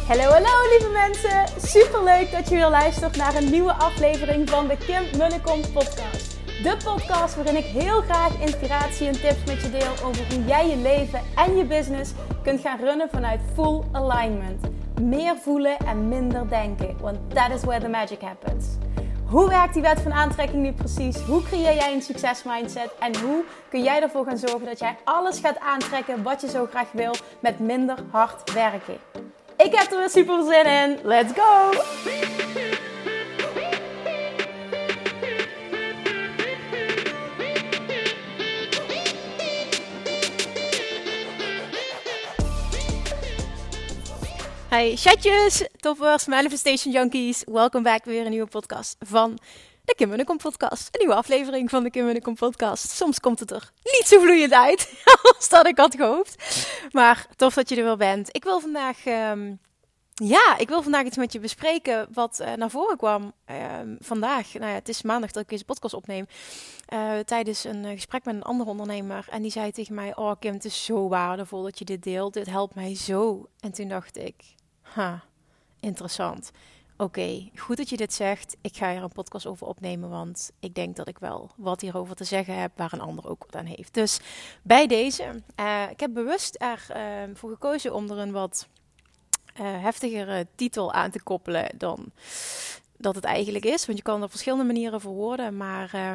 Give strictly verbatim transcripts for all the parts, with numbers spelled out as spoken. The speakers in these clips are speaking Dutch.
Hallo, hallo lieve mensen! Superleuk dat je weer luistert naar een nieuwe aflevering van de Kim Munnekom podcast. De podcast waarin ik heel graag inspiratie en tips met je deel over hoe jij je leven en je business kunt gaan runnen vanuit full alignment. Meer voelen en minder denken, want that is where the magic happens. Hoe werkt die wet van aantrekking nu precies? Hoe creëer jij een succesmindset? En hoe kun jij ervoor gaan zorgen dat jij alles gaat aantrekken wat je zo graag wil met minder hard werken? Ik heb er weer super zin in. Let's go! Hey chatjes, toppers, manifestation junkies. Welkom back weer een nieuwe podcast van de Kim Munnekom podcast. Een nieuwe aflevering van de Kim Munnekom podcast. Soms komt het er niet zo vloeiend uit als dat ik had gehoopt. Maar tof dat je er wel bent. Ik wil vandaag, um, ja, ik wil vandaag iets met je bespreken wat uh, naar voren kwam um, vandaag. Nou ja, het is maandag dat ik deze podcast opneem. Uh, tijdens een uh, gesprek met een andere ondernemer. En die zei tegen mij, oh Kim, het is zo waardevol dat je dit deelt. Dit helpt mij zo. En toen dacht ik, ha, interessant. Oké, okay, goed dat je dit zegt. Ik ga hier een podcast over opnemen, want ik denk dat ik wel wat hierover te zeggen heb waar een ander ook wat aan heeft. Dus bij deze, uh, ik heb bewust ervoor uh, gekozen om er een wat uh, heftigere titel aan te koppelen dan dat het eigenlijk is. Want je kan er op verschillende manieren verwoorden, maar uh,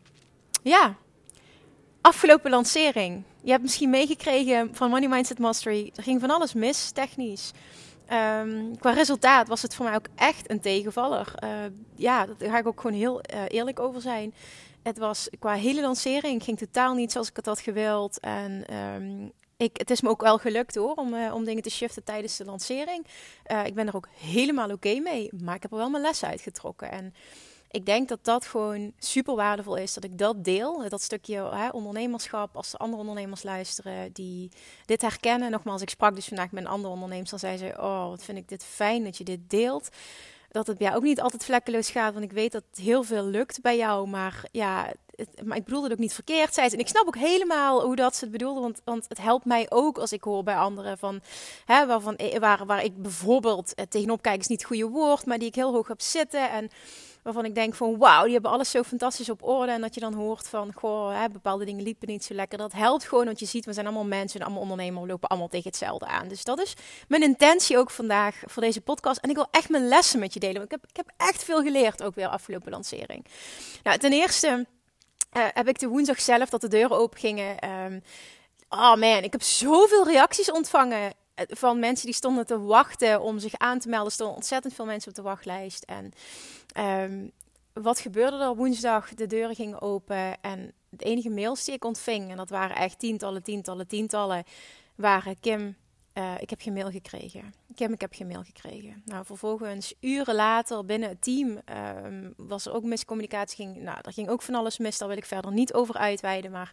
ja, afgelopen lancering. Je hebt misschien meegekregen van Money Mindset Mastery. Er ging van alles mis, technisch. Um, qua resultaat was het voor mij ook echt een tegenvaller. Uh, ja, daar ga ik ook gewoon heel uh, eerlijk over zijn. Het was qua hele lancering ging totaal niet zoals ik het had gewild. En um, ik, het is me ook wel gelukt hoor, om, uh, om dingen te shiften tijdens de lancering. Uh, ik ben er ook helemaal oké okay mee, maar ik heb er wel mijn lessen uitgetrokken. En ik denk dat dat gewoon super waardevol is, dat ik dat deel. Dat stukje hè, ondernemerschap, als de andere ondernemers luisteren die dit herkennen. Nogmaals, ik sprak dus vandaag met een andere ondernemer. Dan zei ze, oh, wat vind ik dit fijn dat je dit deelt. Dat het bij jou ook niet altijd vlekkeloos gaat, want ik weet dat het heel veel lukt bij jou. Maar ja, het, maar ik bedoelde het ook niet verkeerd, zei ze. En ik snap ook helemaal hoe dat ze het bedoelde, want, want het helpt mij ook als ik hoor bij anderen van, hè, waarvan, waar, waar ik bijvoorbeeld eh, tegenop kijk is niet het goede woord, maar die ik heel hoog heb zitten en waarvan ik denk van wauw, die hebben alles zo fantastisch op orde. En dat je dan hoort van, goh, hè, bepaalde dingen liepen niet zo lekker. Dat helpt gewoon, want je ziet, we zijn allemaal mensen en allemaal ondernemers, we lopen allemaal tegen hetzelfde aan. Dus dat is mijn intentie ook vandaag voor deze podcast. En ik wil echt mijn lessen met je delen. Want ik heb, ik heb echt veel geleerd, ook weer afgelopen lancering. Nou, ten eerste uh, heb ik de woensdag zelf dat de deuren open gingen. Um, oh man, ik heb zoveel reacties ontvangen van mensen die stonden te wachten om zich aan te melden. Er stonden ontzettend veel mensen op de wachtlijst. En um, wat gebeurde er woensdag? De deuren gingen open en de enige mails die ik ontving, en dat waren echt tientallen, tientallen, tientallen, waren Kim, uh, ik heb geen mail gekregen. Kim, ik heb geen mail gekregen. Nou, vervolgens, uren later, binnen het team, um, was er ook miscommunicatie. Ging, nou, er ging ook van alles mis, daar wil ik verder niet over uitweiden, maar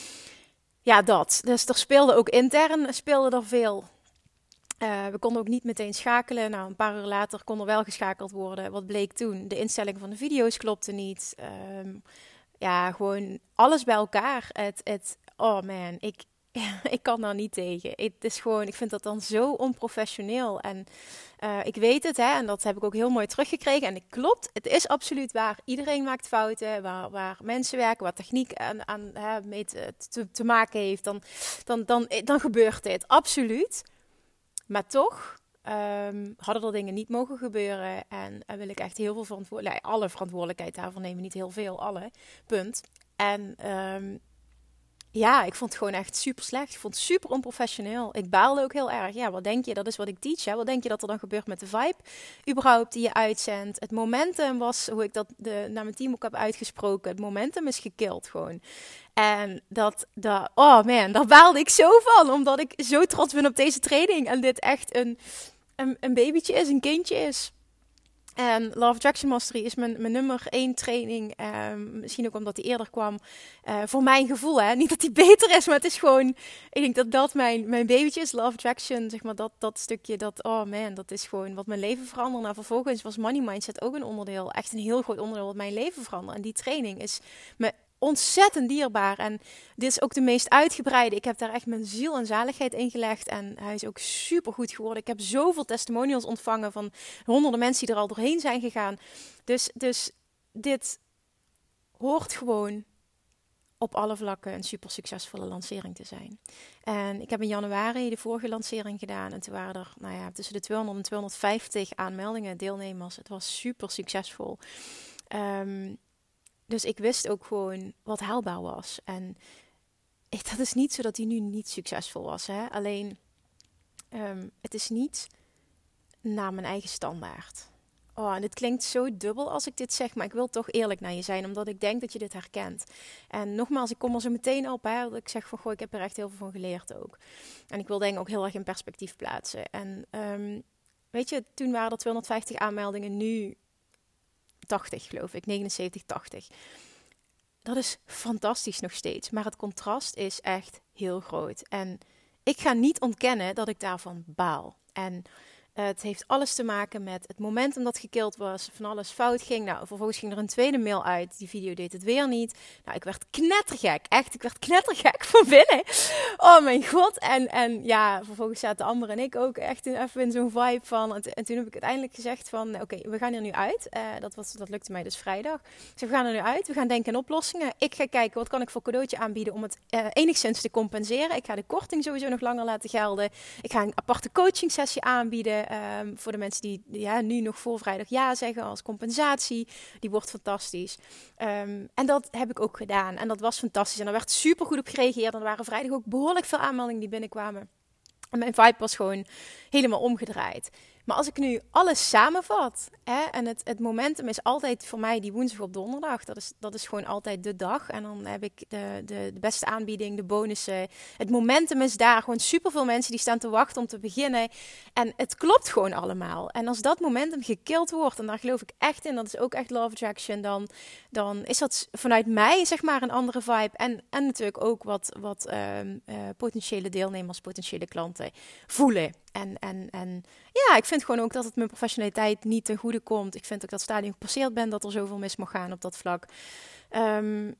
ja, dat. Dus er speelde ook intern, speelde er veel. Uh, we konden ook niet meteen schakelen. Nou, een paar uur later kon er wel geschakeld worden. Wat bleek toen? De instelling van de video's klopte niet. Um, ja, gewoon alles bij elkaar. Het, het, oh man, ik, ik kan daar niet tegen. Het is gewoon, ik vind dat dan zo onprofessioneel. En uh, ik weet het, hè, en dat heb ik ook heel mooi teruggekregen. En het klopt, het is absoluut waar. Iedereen maakt fouten. Waar, waar mensen werken, waar techniek aan, aan hè, mee te, te, te maken heeft, dan, dan, dan, dan gebeurt dit. Absoluut. Maar toch um, hadden er dingen niet mogen gebeuren. En uh, wil ik echt heel veel verantwoordelijkheid, alle verantwoordelijkheid daarvan nemen. Niet heel veel, alle. Punt. En um, ja, ik vond het gewoon echt super slecht. Ik vond het super onprofessioneel. Ik baalde ook heel erg. Ja, wat denk je? Dat is wat ik teach. Hè? Wat denk je dat er dan gebeurt met de vibe? Überhaupt die je uitzendt. Het momentum was, hoe ik dat de, naar mijn team ook heb uitgesproken. Het momentum is gekild gewoon. En dat, dat, oh man, daar baalde ik zo van. Omdat ik zo trots ben op deze training. En dit echt een, een, een babytje is, een kindje is. En Law of Attraction Mastery is mijn, mijn nummer één training. Um, misschien ook omdat die eerder kwam. Uh, voor mijn gevoel, hè. Niet dat die beter is, maar het is gewoon... Ik denk dat dat mijn, mijn babytje is. Law of Attraction, zeg maar, dat, dat stukje, dat... Oh man, dat is gewoon wat mijn leven veranderde. Nou, vervolgens was Money Mindset ook een onderdeel. Echt een heel groot onderdeel wat mijn leven veranderde. En die training is me ontzettend dierbaar. En dit is ook de meest uitgebreide. Ik heb daar echt mijn ziel en zaligheid in gelegd. En hij is ook super goed geworden. Ik heb zoveel testimonials ontvangen van honderden mensen die er al doorheen zijn gegaan. Dus, dus dit hoort gewoon op alle vlakken een super succesvolle lancering te zijn. En ik heb in januari de vorige lancering gedaan. En toen waren er nou ja, tussen de tweehonderd en tweehonderdvijftig aanmeldingen, deelnemers. Het was super succesvol. Um, dus ik wist ook gewoon wat haalbaar was. En ik, dat is niet zo dat hij nu niet succesvol was. Hè? Alleen, um, het is niet naar mijn eigen standaard. Oh, en het klinkt zo dubbel als ik dit zeg, maar ik wil toch eerlijk naar je zijn, omdat ik denk dat je dit herkent. En nogmaals, ik kom er zo meteen op, hè, dat ik zeg van, goh, ik heb er echt heel veel van geleerd ook. En ik wil denk ik ook heel erg in perspectief plaatsen. En um, weet je, toen waren er tweehonderdvijftig aanmeldingen, nu tachtig geloof ik, negenenzeventig, tachtig. Dat is fantastisch nog steeds, maar het contrast is echt heel groot. En ik ga niet ontkennen dat ik daarvan baal. En het heeft alles te maken met het momentum dat gekild was, van alles fout ging. Nou, vervolgens ging er een tweede mail uit. Die video deed het weer niet. Nou, ik werd knettergek. Echt, ik werd knettergek van binnen. Oh mijn god. En, en ja, vervolgens zaten Amber en ik ook echt in, even in zo'n vibe van. En, en toen heb ik uiteindelijk gezegd van, oké, okay, we gaan er nu uit. Uh, dat, was, dat lukte mij dus vrijdag. Dus we gaan er nu uit. We gaan denken in oplossingen. Ik ga kijken, wat kan ik voor cadeautje aanbieden om het uh, enigszins te compenseren. Ik ga de korting sowieso nog langer laten gelden. Ik ga een aparte coaching sessie aanbieden. Um, voor de mensen die ja, nu nog voor vrijdag ja zeggen als compensatie. Die wordt fantastisch. Um, en dat heb ik ook gedaan. En dat was fantastisch. En er werd super goed op gereageerd. En er waren vrijdag ook behoorlijk veel aanmeldingen die binnenkwamen. En mijn vibe was gewoon helemaal omgedraaid. Maar als ik nu alles samenvat, hè, en het, het momentum is altijd voor mij die woensdag op donderdag. Dat is, dat is gewoon altijd de dag. En dan heb ik de, de, de beste aanbieding, de bonussen. Het momentum is daar. Gewoon superveel mensen die staan te wachten om te beginnen. En het klopt gewoon allemaal. En als dat momentum gekild wordt, en daar geloof ik echt in, dat is ook echt Law of Attraction, dan, dan is dat vanuit mij zeg maar een andere vibe. En, en natuurlijk ook wat, wat uh, uh, potentiële deelnemers, potentiële klanten voelen. En, en, en ja, ik vind gewoon ook dat het mijn professionaliteit niet ten goede komt. Ik vind ook dat stadium gepasseerd ben, dat er zoveel mis mag gaan op dat vlak. Um,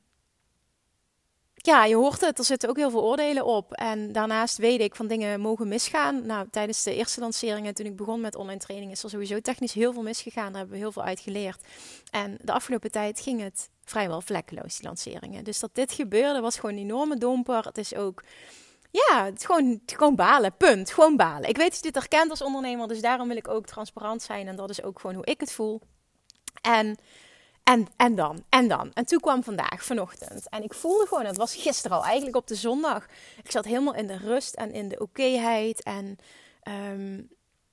ja, je hoort het, er zitten ook heel veel oordelen op. En daarnaast weet ik van dingen mogen misgaan. Nou, tijdens de eerste lanceringen, toen ik begon met online training, is er sowieso technisch heel veel misgegaan. Daar hebben we heel veel uit geleerd. En de afgelopen tijd ging het vrijwel vlekkeloos, die lanceringen. Dus dat dit gebeurde was gewoon een enorme domper. Het is ook... Ja, het is gewoon, gewoon balen, punt. Gewoon balen. Ik weet dat je dit herkent als ondernemer, dus daarom wil ik ook transparant zijn. En dat is ook gewoon hoe ik het voel. En, en, en dan, en dan. En toen kwam vandaag, vanochtend. En ik voelde gewoon, het was gisteren al, eigenlijk op de zondag. Ik zat helemaal in de rust en in de okéheid. En um,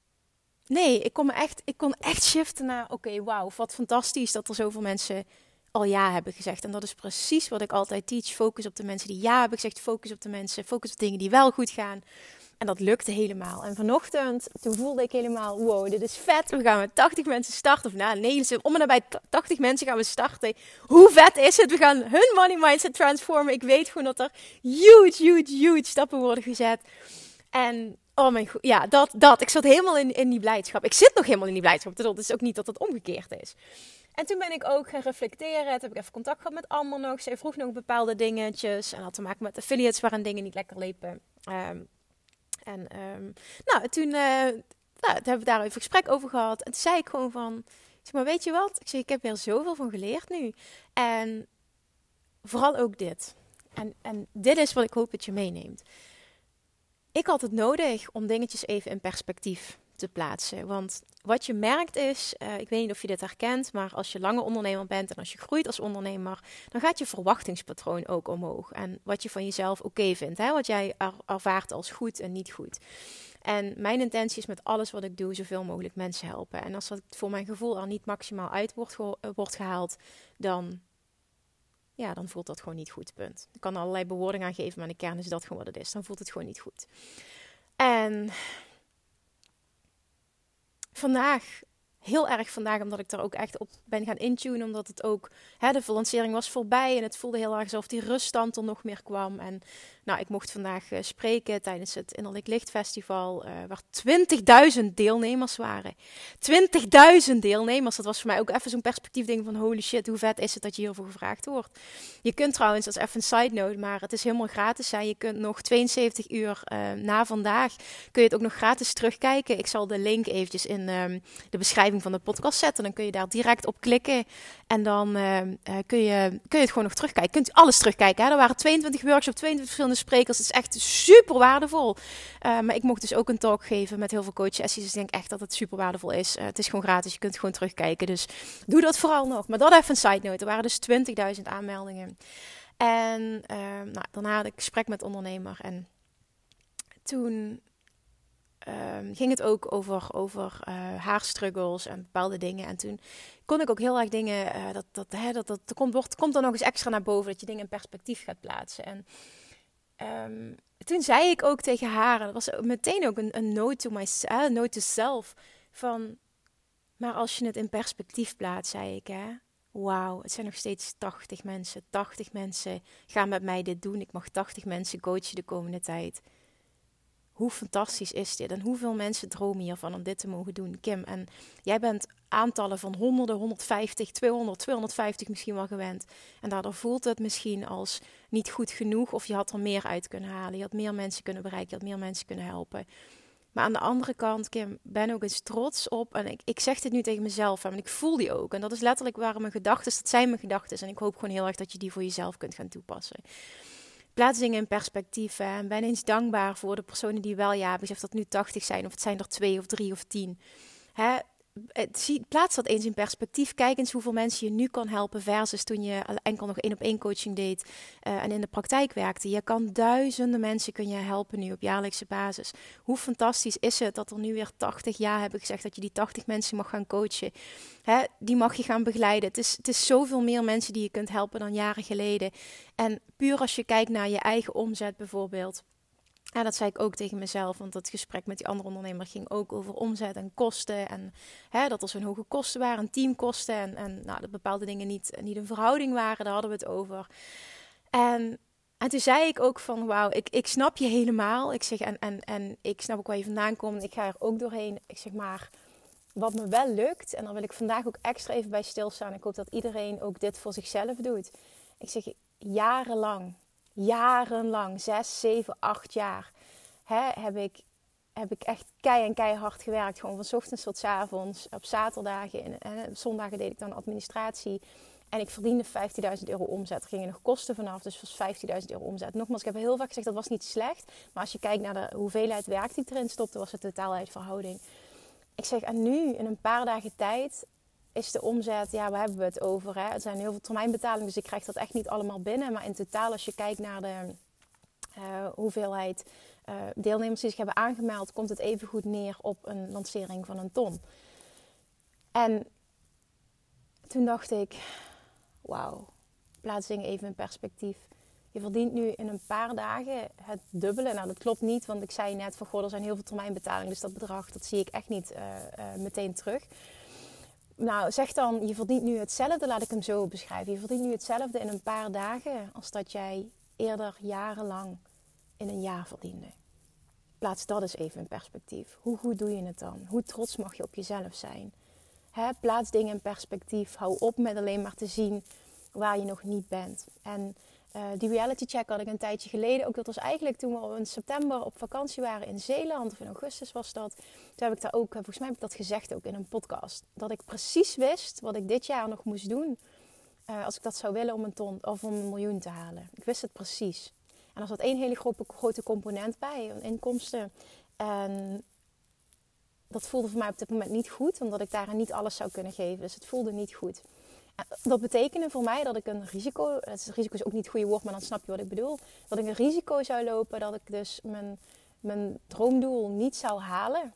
nee, ik kon, me echt, ik kon echt shiften naar, oké, okay, wauw, wat fantastisch dat er zoveel mensen al ja hebben gezegd. En dat is precies wat ik altijd teach. Focus op de mensen die ja hebben gezegd. Focus op de mensen. Focus op dingen die wel goed gaan. En dat lukte helemaal. En vanochtend, toen voelde ik helemaal, wow, dit is vet. We gaan met tachtig mensen starten. Of nou, nee, om en nabij tachtig mensen gaan we starten. Hoe vet is het? We gaan hun money mindset transformen. Ik weet gewoon dat er huge, huge, huge stappen worden gezet. En oh mijn god, ja, dat, dat. Ik zat helemaal in, in die blijdschap. Ik zit nog helemaal in die blijdschap. Dat is ook niet dat het omgekeerd is. En toen ben ik ook gaan reflecteren. Toen heb ik even contact gehad met Amber nog. Zij vroeg nog bepaalde dingetjes. En had te maken met affiliates waarin dingen niet lekker liepen. Um, en um, nou, toen, uh, nou, toen hebben we daar even een gesprek over gehad. En toen zei ik gewoon van, zeg maar, weet je wat? Ik zeg, ik heb er zoveel van geleerd nu. En vooral ook dit. En, en dit is wat ik hoop dat je meeneemt. Ik had het nodig om dingetjes even in perspectief te plaatsen. Want wat je merkt is, uh, ik weet niet of je dit herkent, maar als je langer ondernemer bent en als je groeit als ondernemer, dan gaat je verwachtingspatroon ook omhoog. En wat je van jezelf oké okay vindt, hè? Wat jij er, ervaart als goed en niet goed. En mijn intentie is met alles wat ik doe, zoveel mogelijk mensen helpen. En als dat voor mijn gevoel er niet maximaal uit wordt, ge- wordt gehaald, dan, ja, dan voelt dat gewoon niet goed, punt. Ik kan er allerlei bewoordingen aan geven, maar in de kern is dat gewoon wat het is. Dan voelt het gewoon niet goed. En vandaag heel erg vandaag, omdat ik er ook echt op ben gaan intunen. Omdat het ook, hè, de lancering was voorbij en het voelde heel erg alsof die ruststand er nog meer kwam. En nou, ik mocht vandaag uh, spreken tijdens het Innerlijk Licht Festival, uh, waar twintigduizend deelnemers waren. twintigduizend deelnemers, dat was voor mij ook even zo'n perspectief ding van holy shit, hoe vet is het dat je hiervoor gevraagd wordt. Je kunt trouwens, dat is even een side note, maar het is helemaal gratis zijn. Je kunt nog tweeënzeventig uur uh, na vandaag, kun je het ook nog gratis terugkijken. Ik zal de link eventjes in um, de beschrijving van de podcast zetten. Dan kun je daar direct op klikken. En dan uh, uh, kun, je, kun je het gewoon nog terugkijken. Je kunt alles terugkijken. Hè? Er waren tweeëntwintig workshops, tweeëntwintig verschillende sprekers. Het is echt super waardevol. Uh, maar ik mocht dus ook een talk geven met heel veel coach-sessies. Dus ik denk echt dat het super waardevol is. Uh, het is gewoon gratis. Je kunt het gewoon terugkijken. Dus doe dat vooral nog. Maar dat even een side note. Er waren dus twintigduizend aanmeldingen. En uh, nou, daarna had ik een gesprek met ondernemer. En toen Um, ging het ook over, over uh, haar struggles en bepaalde dingen. En toen kon ik ook heel erg dingen, uh, dat, dat, hè, dat, dat, dat komt, wordt, komt dan nog eens extra naar boven, dat je dingen in perspectief gaat plaatsen. En um, toen zei ik ook tegen haar, en dat was meteen ook een, een note to myself, uh, note to self, van, maar als je het in perspectief plaatst, zei ik, hè, wauw, het zijn nog steeds tachtig mensen. tachtig mensen gaan met mij dit doen. Ik mag tachtig mensen coachen de komende tijd. Hoe fantastisch is dit? En hoeveel mensen dromen hiervan om dit te mogen doen, Kim? En jij bent aantallen van honderden, honderdvijftig, tweehonderd, tweehonderdvijftig misschien wel gewend. En daardoor voelt het misschien als niet goed genoeg. Of je had er meer uit kunnen halen. Je had meer mensen kunnen bereiken. Je had meer mensen kunnen helpen. Maar aan de andere kant, Kim, ben ook eens trots op. En ik, ik zeg dit nu tegen mezelf. En ik voel die ook. En dat is letterlijk waar mijn gedachten, dat zijn mijn gedachten. En ik hoop gewoon heel erg dat je die voor jezelf kunt gaan toepassen. Plaats dingen in perspectief. Hè. En ben eens dankbaar voor de personen die wel ja hebben. Of dat nu tachtig zijn, of het zijn er twee of drie of tien. Hè. Plaats dat eens in perspectief. Kijk eens hoeveel mensen je nu kan helpen versus toen je enkel nog één op één coaching deed uh, en in de praktijk werkte. Je kan duizenden mensen kun je helpen nu op jaarlijkse basis. Hoe fantastisch is het dat er nu weer tachtig jaar hebben gezegd dat je die tachtig mensen mag gaan coachen. Hè, die mag je gaan begeleiden. Het is, het is zoveel meer mensen die je kunt helpen dan jaren geleden. En puur als je kijkt naar je eigen omzet bijvoorbeeld. Ja, dat zei ik ook tegen mezelf, want dat gesprek met die andere ondernemer ging ook over omzet en kosten. En hè, dat er zo'n hoge kosten waren, en teamkosten. En, en nou, dat bepaalde dingen niet, niet een verhouding waren, daar hadden we het over. En, en toen zei ik ook van, wauw, ik, ik snap je helemaal. Ik zeg, en, en, en ik snap ook waar je vandaan komt. Ik ga er ook doorheen. Ik zeg maar, wat me wel lukt, en daar wil ik vandaag ook extra even bij stilstaan. Ik hoop dat iedereen ook dit voor zichzelf doet. Ik zeg, jarenlang... Jarenlang, zes, zeven, acht jaar, hè, heb, ik, heb ik echt kei en keihard gewerkt. Gewoon van 's ochtends tot 's avonds. Op zaterdagen en, en op zondagen deed ik dan administratie. En ik verdiende vijftienduizend euro omzet. Er gingen nog kosten vanaf, dus was vijftienduizend euro omzet. Nogmaals, ik heb heel vaak gezegd, dat was niet slecht. Maar als je kijkt naar de hoeveelheid werk die erin stopte, was het totaalheid verhouding. Ik zeg, en nu in een paar dagen tijd is de omzet, ja, waar hebben we het over? Hè? Het zijn heel veel termijnbetalingen, dus ik krijg dat echt niet allemaal binnen. Maar in totaal, als je kijkt naar de uh, hoeveelheid uh, deelnemers die zich hebben aangemeld, komt het even goed neer op een lancering van een ton. En toen dacht ik, wauw, plaats dingen even in perspectief. Je verdient nu in een paar dagen het dubbele. Nou, dat klopt niet, want ik zei net van, goh, er zijn heel veel termijnbetalingen. Dus dat bedrag, dat zie ik echt niet uh, uh, meteen terug. Nou, zeg dan, je verdient nu hetzelfde, laat ik hem zo beschrijven. Je verdient nu hetzelfde in een paar dagen als dat jij eerder jarenlang in een jaar verdiende. Plaats dat eens even in perspectief. Hoe goed doe je het dan? Hoe trots mag je op jezelf zijn? Hè, plaats dingen in perspectief. Hou op met alleen maar te zien waar je nog niet bent. En uh, die reality check had ik een tijdje geleden. Ook dat was eigenlijk toen we in september op vakantie waren in Zeeland. Of in augustus was dat. Toen heb ik daar ook, volgens mij heb ik dat gezegd ook in een podcast. Dat ik precies wist wat ik dit jaar nog moest doen. Uh, als ik dat zou willen om een ton of om een miljoen te halen. Ik wist het precies. En er zat één hele grote, grote component bij. Inkomsten. En dat voelde voor mij op dit moment niet goed. Omdat ik daarin niet alles zou kunnen geven. Dus het voelde niet goed. Dat betekende voor mij dat ik een risico, het risico is ook niet het goede woord, maar dan snap je wat ik bedoel. Dat ik een risico zou lopen dat ik dus mijn, mijn droomdoel niet zou halen.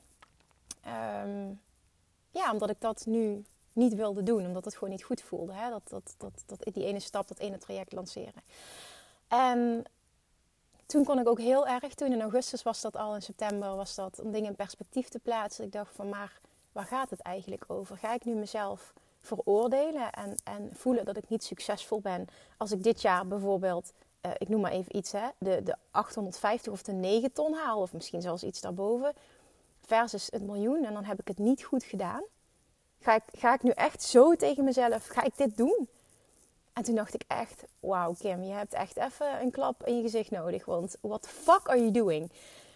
Um, ja, omdat ik dat nu niet wilde doen, omdat het gewoon niet goed voelde. Hè? Dat, dat, dat, dat, die ene stap, dat ene traject lanceren. En toen kon ik ook heel erg, toen in augustus was dat al, in september was dat, om dingen in perspectief te plaatsen. Ik dacht van, maar waar gaat het eigenlijk over? Ga ik nu mezelf veroordelen en, en voelen dat ik niet succesvol ben als ik dit jaar bijvoorbeeld, uh, ik noem maar even iets, hè, de, de achthonderdvijftig of de negen ton haal, of misschien zelfs iets daarboven, versus het miljoen, en dan heb ik het niet goed gedaan. Ga ik, ga ik nu echt zo tegen mezelf, ga ik dit doen? En toen dacht ik echt, wauw Kim, je hebt echt even een klap in je gezicht nodig, want what the fuck are you doing?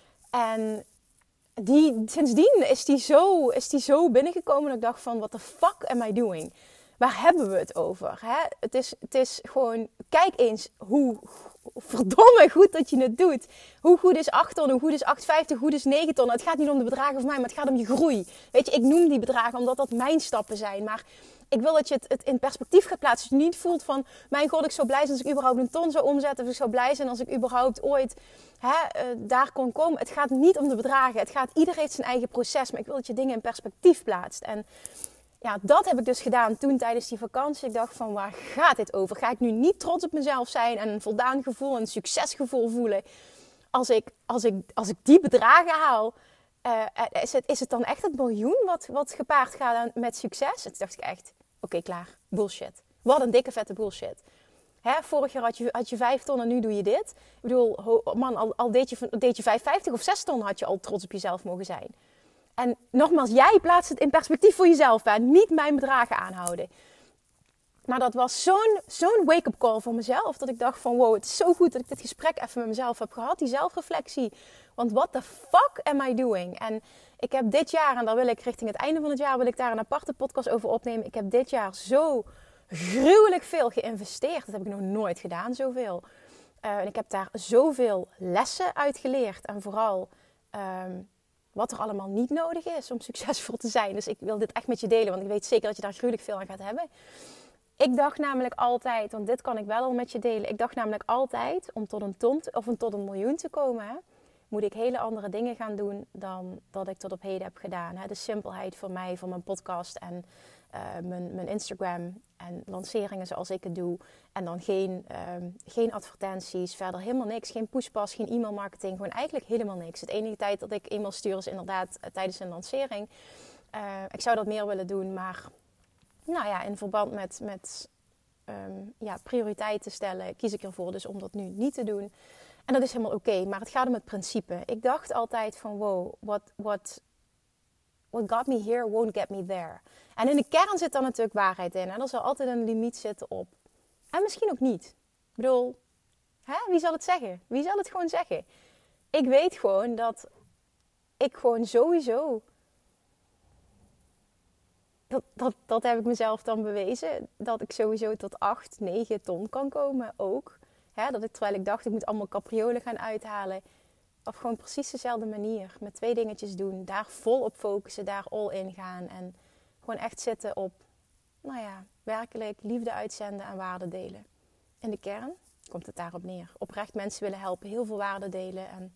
En die, sindsdien is die, zo, is die zo binnengekomen dat ik dacht van, what the fuck am I doing? Waar hebben we het over? Hè? Het, is, het is gewoon, kijk eens hoe verdomme goed dat je het doet. Hoe goed is acht ton, hoe goed is acht komma vijftig, hoe goed is negen ton. Het gaat niet om de bedragen van mij, maar het gaat om je groei. Weet je, ik noem die bedragen omdat dat mijn stappen zijn. Maar ik wil dat je het, het in perspectief gaat plaatsen. Dat je niet voelt van, mijn god, ik zou blij zijn als ik überhaupt een ton zou omzetten. Of ik zou blij zijn als ik überhaupt ooit hè, uh, daar kon komen. Het gaat niet om de bedragen. Het gaat, ieder heeft zijn eigen proces. Maar ik wil dat je dingen in perspectief plaatst. En ja, dat heb ik dus gedaan toen tijdens die vakantie. Ik dacht van, waar gaat dit over? Ga ik nu niet trots op mezelf zijn en een voldaan gevoel, een succesgevoel voelen als ik, als ik, als ik die bedragen haal? Uh, is, het, is het dan echt het miljoen wat, wat gepaard gaat met succes? En toen dacht ik echt, oké, okay, klaar. Bullshit. Wat een dikke vette bullshit. Hè, vorig jaar had je, had je vijf ton en nu doe je dit. Ik bedoel, ho, man, al, al deed je, deed je vijf komma vijftig of zes ton had je al trots op jezelf mogen zijn. En nogmaals, jij plaatst het in perspectief voor jezelf. Hè? Niet mijn bedragen aanhouden. Maar dat was zo'n, zo'n wake-up call voor mezelf. Dat ik dacht van wow, het is zo goed dat ik dit gesprek even met mezelf heb gehad. Die zelfreflectie. Want what the fuck am I doing? En ik heb dit jaar, en daar wil ik richting het einde van het jaar, wil ik daar een aparte podcast over opnemen. Ik heb dit jaar zo gruwelijk veel geïnvesteerd. Dat heb ik nog nooit gedaan, zoveel. Uh, en ik heb daar zoveel lessen uit geleerd. En vooral Um, wat er allemaal niet nodig is om succesvol te zijn. Dus ik wil dit echt met je delen, want ik weet zeker dat je daar gruwelijk veel aan gaat hebben. Ik dacht namelijk altijd, want dit kan ik wel al met je delen. Ik dacht namelijk altijd, om tot een ton of tot een miljoen te komen, hè, moet ik hele andere dingen gaan doen dan dat ik tot op heden heb gedaan. Hè. De simpelheid voor mij, van mijn podcast en uh, mijn, mijn Instagram en lanceringen zoals ik het doe. En dan geen, um, geen advertenties, verder helemaal niks. Geen pushpas, geen e-mailmarketing, gewoon eigenlijk helemaal niks. Het enige tijd dat ik e-mail stuur is inderdaad uh, tijdens een lancering. Uh, ik zou dat meer willen doen, maar nou ja, in verband met, met um, ja, prioriteiten stellen kies ik ervoor dus om dat nu niet te doen. En dat is helemaal oké, okay, maar het gaat om het principe. Ik dacht altijd van wow, what, what, what got me here won't get me there. En in de kern zit dan natuurlijk waarheid in. En er zal altijd een limiet zitten op. En misschien ook niet. Ik bedoel, hè? Wie zal het zeggen? Wie zal het gewoon zeggen? Ik weet gewoon dat ik gewoon sowieso... Dat, dat, dat heb ik mezelf dan bewezen. Dat ik sowieso tot acht, negen ton kan komen ook. Hè? Dat ik, terwijl ik dacht, ik moet allemaal capriolen gaan uithalen. Op gewoon precies dezelfde manier. Met twee dingetjes doen. Daar vol op focussen. Daar all in gaan. En gewoon echt zitten op, nou ja, werkelijk liefde uitzenden en waarde delen. In de kern komt het daarop neer. Oprecht mensen willen helpen. Heel veel waarde delen. En,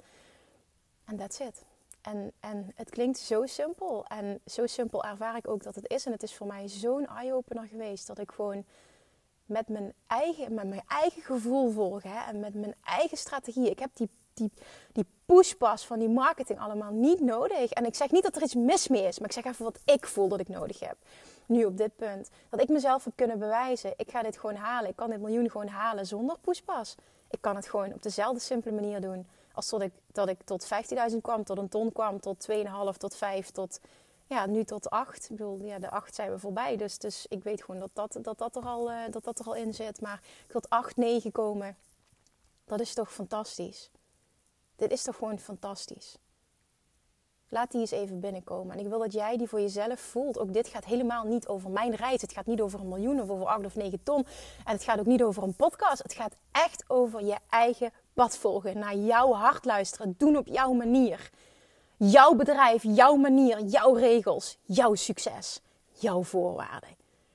en that's it. En, en het klinkt zo simpel. En zo simpel ervaar ik ook dat het is. En het is voor mij zo'n eye-opener geweest. Dat ik gewoon met mijn eigen, met mijn eigen gevoel volg. Hè, en met mijn eigen strategie. Ik heb die, die, die pushpas van die marketing allemaal niet nodig. En ik zeg niet dat er iets mis mee is. Maar ik zeg even wat ik voel dat ik nodig heb. Nu op dit punt. Dat ik mezelf heb kunnen bewijzen. Ik ga dit gewoon halen. Ik kan dit miljoen gewoon halen zonder pushpas. Ik kan het gewoon op dezelfde simpele manier doen. Als tot ik, dat ik tot vijftienduizend kwam, tot een ton kwam, tot twee komma vijf, tot vijf, tot ja, nu tot acht. Ik bedoel, ja, de acht zijn we voorbij. Dus, dus ik weet gewoon dat dat, dat, dat, er al, uh, dat dat er al in zit. Maar tot acht, negen komen, dat is toch fantastisch. Dit is toch gewoon fantastisch. Laat die eens even binnenkomen. En ik wil dat jij die voor jezelf voelt. Ook dit gaat helemaal niet over mijn reis. Het gaat niet over een miljoen of over acht of negen ton. En het gaat ook niet over een podcast. Het gaat echt over je eigen pad volgen. Naar jouw hart luisteren. Doen op jouw manier. Jouw bedrijf, jouw manier, jouw regels, jouw succes, jouw voorwaarden.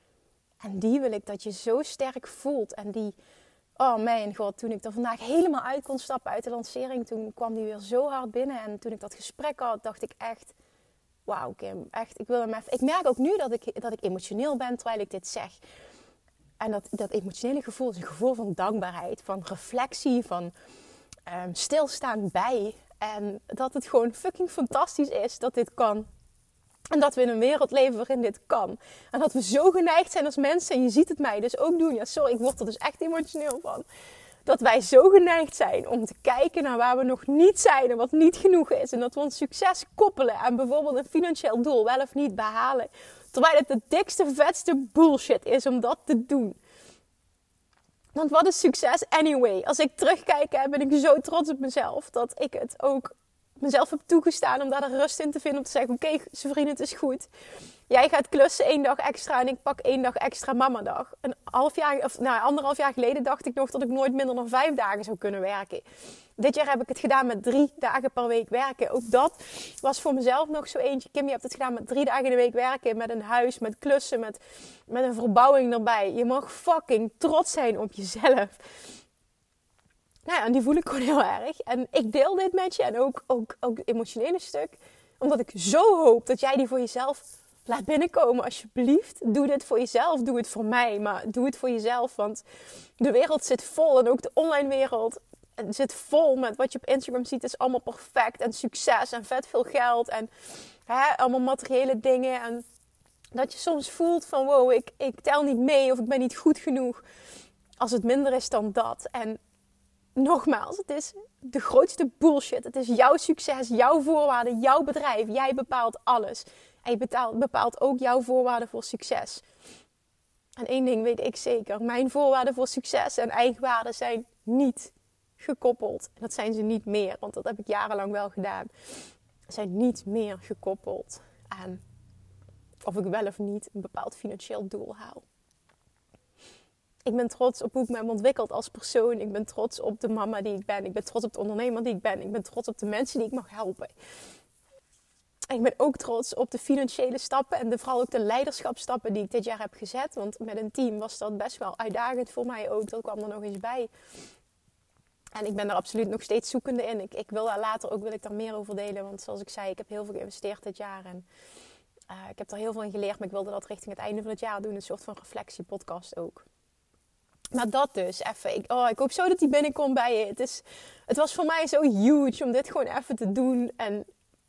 En die wil ik dat je zo sterk voelt. En die, oh mijn god, toen ik er vandaag helemaal uit kon stappen uit de lancering, toen kwam die weer zo hard binnen. En toen ik dat gesprek had, dacht ik echt, wauw Kim, echt, ik wil hem even. Ik merk ook nu dat ik, dat ik emotioneel ben terwijl ik dit zeg. En dat, dat emotionele gevoel is een gevoel van dankbaarheid, van reflectie, van um, stilstaan bij. En dat het gewoon fucking fantastisch is dat dit kan. En dat we in een wereld leven waarin dit kan. En dat we zo geneigd zijn als mensen. En je ziet het mij dus ook doen. Ja, sorry, ik word er dus echt emotioneel van. Dat wij zo geneigd zijn om te kijken naar waar we nog niet zijn. En wat niet genoeg is. En dat we ons succes koppelen aan bijvoorbeeld een financieel doel. Wel of niet behalen. Terwijl het de dikste, vetste bullshit is om dat te doen. Want wat is succes anyway? Als ik terugkijk, hè, ben ik zo trots op mezelf. Dat ik het ook mezelf heb toegestaan om daar de rust in te vinden. Om te zeggen, oké, okay, zijn vrienden, het is goed. Jij gaat klussen één dag extra en ik pak één dag extra mamadag. Een half jaar, of nou, anderhalf jaar geleden dacht ik nog dat ik nooit minder dan vijf dagen zou kunnen werken. Dit jaar heb ik het gedaan met drie dagen per week werken. Ook dat was voor mezelf nog zo eentje. Kim, je hebt het gedaan met drie dagen in de week werken. Met een huis, met klussen, met, met een verbouwing erbij. Je mag fucking trots zijn op jezelf. Nou ja, en die voel ik gewoon heel erg. En ik deel dit met je. En ook, ook, ook het emotionele stuk. Omdat ik zo hoop dat jij die voor jezelf laat binnenkomen. Alsjeblieft, doe dit voor jezelf. Doe het voor mij. Maar doe het voor jezelf. Want de wereld zit vol. En ook de online wereld zit vol met wat je op Instagram ziet. Is allemaal perfect. En succes. En vet veel geld. En hè, allemaal materiële dingen. En dat je soms voelt van wow, ik, ik tel niet mee. Of ik ben niet goed genoeg. Als het minder is dan dat. En nogmaals, het is de grootste bullshit. Het is jouw succes, jouw voorwaarden, jouw bedrijf. Jij bepaalt alles. En je bepaalt, bepaalt ook jouw voorwaarden voor succes. En één ding weet ik zeker. Mijn voorwaarden voor succes en eigenwaarde zijn niet gekoppeld. Dat zijn ze niet meer, want dat heb ik jarenlang wel gedaan. Ze zijn niet meer gekoppeld aan of ik wel of niet een bepaald financieel doel haal. Ik ben trots op hoe ik me heb ontwikkeld als persoon. Ik ben trots op de mama die ik ben. Ik ben trots op de ondernemer die ik ben. Ik ben trots op de mensen die ik mag helpen. En ik ben ook trots op de financiële stappen en de, vooral ook de leiderschapsstappen die ik dit jaar heb gezet. Want met een team was dat best wel uitdagend voor mij ook. Dat kwam er nog eens bij. En ik ben er absoluut nog steeds zoekende in. Ik, ik wil daar later ook wil ik daar meer over delen. Want zoals ik zei, ik heb heel veel geïnvesteerd dit jaar. En uh, ik heb er heel veel in geleerd. Maar ik wilde dat richting het einde van het jaar doen. Een soort van reflectiepodcast ook. Maar dat dus, even. Ik, oh, ik hoop zo dat die binnenkomt bij je. Het, is, het was voor mij zo huge om dit gewoon even te doen. En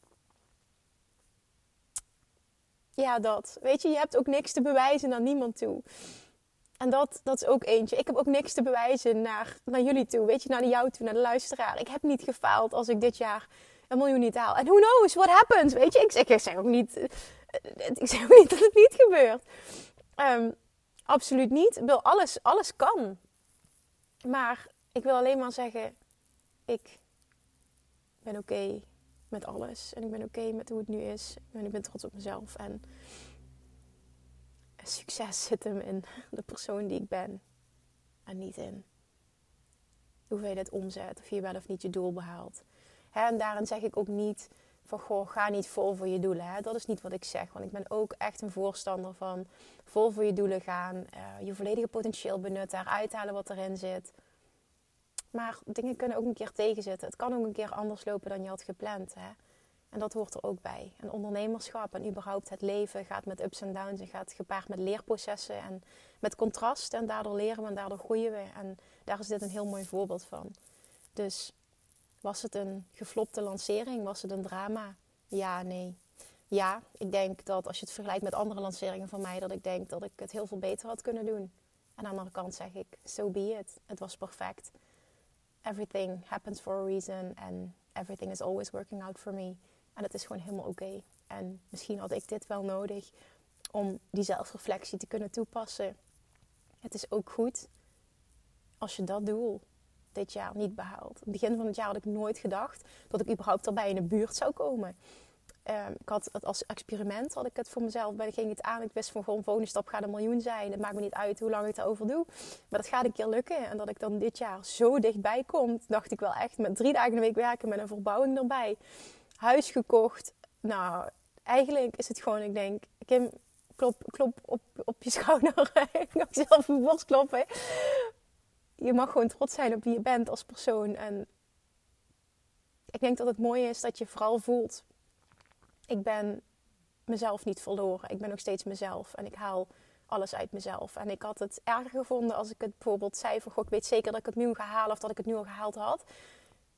ja, dat. Weet je, je hebt ook niks te bewijzen naar niemand toe. En dat, dat is ook eentje. Ik heb ook niks te bewijzen naar, naar jullie toe. Weet je, naar jou toe, naar de luisteraar. Ik heb niet gefaald als ik dit jaar een miljoen niet haal. En who knows, what happens? Weet je, ik, ik, ik zeg ook niet, ik zeg ook niet dat het niet gebeurt. Um, Absoluut niet. Ik wil alles, alles kan. Maar ik wil alleen maar zeggen, ik ben oké okay met alles. En ik ben oké okay met hoe het nu is. En ik ben trots op mezelf. En succes zit hem in de persoon die ik ben. En niet in hoeveel je dit omzet. Of je wel of niet je doel behaalt. Hè, en daarin zeg ik ook niet van, goh, ga niet vol voor je doelen. Hè? Dat is niet wat ik zeg. Want ik ben ook echt een voorstander van vol voor je doelen gaan. Uh, je volledige potentieel benutten. Eruit halen wat erin zit. Maar dingen kunnen ook een keer tegenzitten. Het kan ook een keer anders lopen dan je had gepland. Hè? En dat hoort er ook bij. En ondernemerschap en überhaupt het leven gaat met ups en downs. En gaat gepaard met leerprocessen en met contrast. En daardoor leren we en daardoor groeien we. En daar is dit een heel mooi voorbeeld van. Dus was het een geflopte lancering? Was het een drama? Ja, nee. Ja, ik denk dat als je het vergelijkt met andere lanceringen van mij, dat ik denk dat ik het heel veel beter had kunnen doen. En aan de andere kant zeg ik, so be it. Het was perfect. Everything happens for a reason and everything is always working out for me. En het is gewoon helemaal oké. Okay. En misschien had ik dit wel nodig om die zelfreflectie te kunnen toepassen. Het is ook goed als je dat doel dit jaar niet behaalt. In het begin van het jaar had ik nooit gedacht dat ik überhaupt erbij in de buurt zou komen. Uh, ik had het als experiment, had ik het voor mezelf, bij ging het aan. Ik wist van gewoon, volgende stap gaat een miljoen zijn. Het maakt me niet uit hoe lang ik erover doe. Maar dat gaat een keer lukken. En dat ik dan dit jaar zo dichtbij kom, dacht ik wel echt met drie dagen in de week werken met een verbouwing erbij. Huis gekocht. Nou, eigenlijk is het gewoon, ik denk, Kim, klop, klop op, op je schouder. Ik mag zelf op mijn borst kloppen. Je mag gewoon trots zijn op wie je bent als persoon. En ik denk dat het mooie is dat je vooral voelt, ik ben mezelf niet verloren. Ik ben nog steeds mezelf. En ik haal alles uit mezelf. En ik had het erger gevonden als ik het bijvoorbeeld zei van, goh, ik weet zeker dat ik het nu ga halen of dat ik het nu al gehaald had.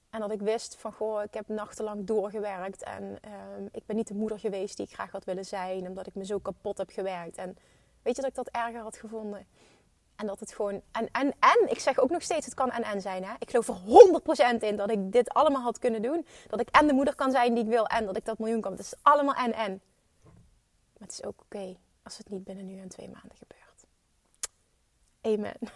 En dat ik wist van, goh, ik heb nachtenlang doorgewerkt. En um, ik ben niet de moeder geweest die ik graag had willen zijn. Omdat ik me zo kapot heb gewerkt. En weet je dat ik dat erger had gevonden? En dat het gewoon... En, en, en, ik zeg ook nog steeds, het kan en en zijn. Hè? Ik geloof er honderd procent in dat ik dit allemaal had kunnen doen. Dat ik en de moeder kan zijn die ik wil. En dat ik dat miljoen kan. Het is allemaal en en. Maar het is ook oké okay als het niet binnen nu en twee maanden gebeurt. Amen.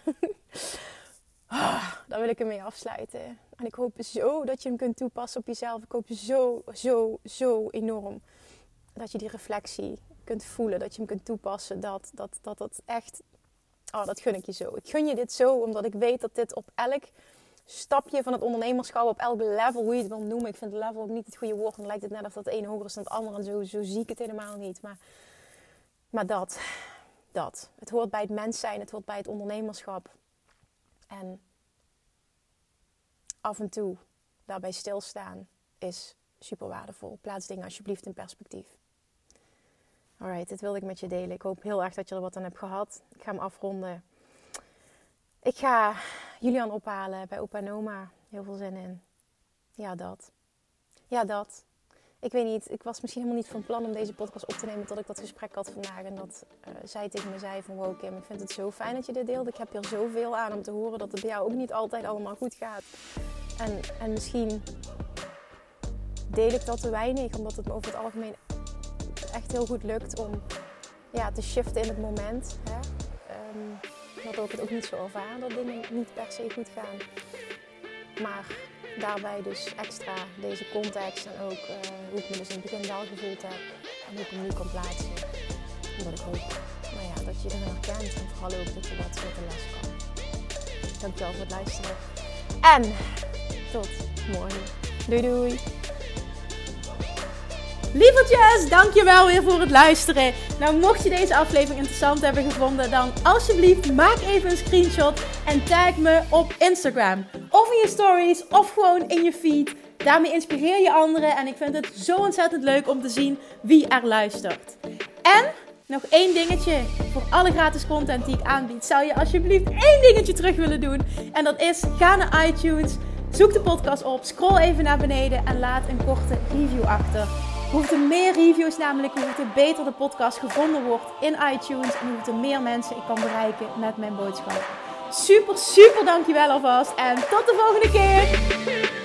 Oh, daar wil ik ermee afsluiten. En ik hoop zo dat je hem kunt toepassen op jezelf. Ik hoop zo, zo, zo enorm dat je die reflectie kunt voelen. Dat je hem kunt toepassen. Dat dat, dat, dat echt... Oh, dat gun ik je zo. Ik gun je dit zo, omdat ik weet dat dit op elk stapje van het ondernemerschap, op elk level, hoe je het wil noemen. Ik vind level ook niet het goede woord. Dan lijkt het net of dat het een hoger is dan het ander. En zo, zo zie ik het helemaal niet. Maar, maar dat, dat. Het hoort bij het mens zijn. Het hoort bij het ondernemerschap. En af en toe daarbij stilstaan is super waardevol. Plaats dingen alsjeblieft in perspectief. Alright, dit wilde ik met je delen. Ik hoop heel erg dat je er wat aan hebt gehad. Ik ga hem afronden. Ik ga Julian ophalen bij opa en oma. Heel veel zin in. Ja, dat. Ja, dat. Ik weet niet, ik was misschien helemaal niet van plan om deze podcast op te nemen tot ik dat gesprek had vandaag. En dat uh, zij tegen me zei van, wow Kim, ik vind het zo fijn dat je dit deelt. Ik heb hier zoveel aan om te horen dat het bij jou ook niet altijd allemaal goed gaat. En, en misschien deel ik dat te weinig, omdat het me over het algemeen echt heel goed lukt om ja, te shiften in het moment. Hè? Um, dat ik het ook niet zo ervaar dat dingen niet per se goed gaan. Maar daarbij dus extra deze context en ook uh, hoe ik me dus in het begin wel gevoeld heb. En hoe ik hem nu kan plaatsen. Omdat ik hoop nou ja, dat je erin herkent en vooral ook dat je wat met de les kan. Dankjewel voor het luisteren. En tot morgen. Doei doei. Lievertjes, dankjewel weer voor het luisteren. Nou, mocht je deze aflevering interessant hebben gevonden, dan alsjeblieft maak even een screenshot en tag me op Instagram. Of in je stories, of gewoon in je feed. Daarmee inspireer je anderen en ik vind het zo ontzettend leuk om te zien wie er luistert. En nog één dingetje. Voor alle gratis content die ik aanbied, zou je alsjeblieft één dingetje terug willen doen. En dat is, ga naar iTunes, zoek de podcast op, scroll even naar beneden en laat een korte review achter. Hoe er meer reviews namelijk, hoe er beter de podcast gevonden wordt in iTunes. En hoe er meer mensen ik kan bereiken met mijn boodschap. Super, super dankjewel alvast. En tot de volgende keer.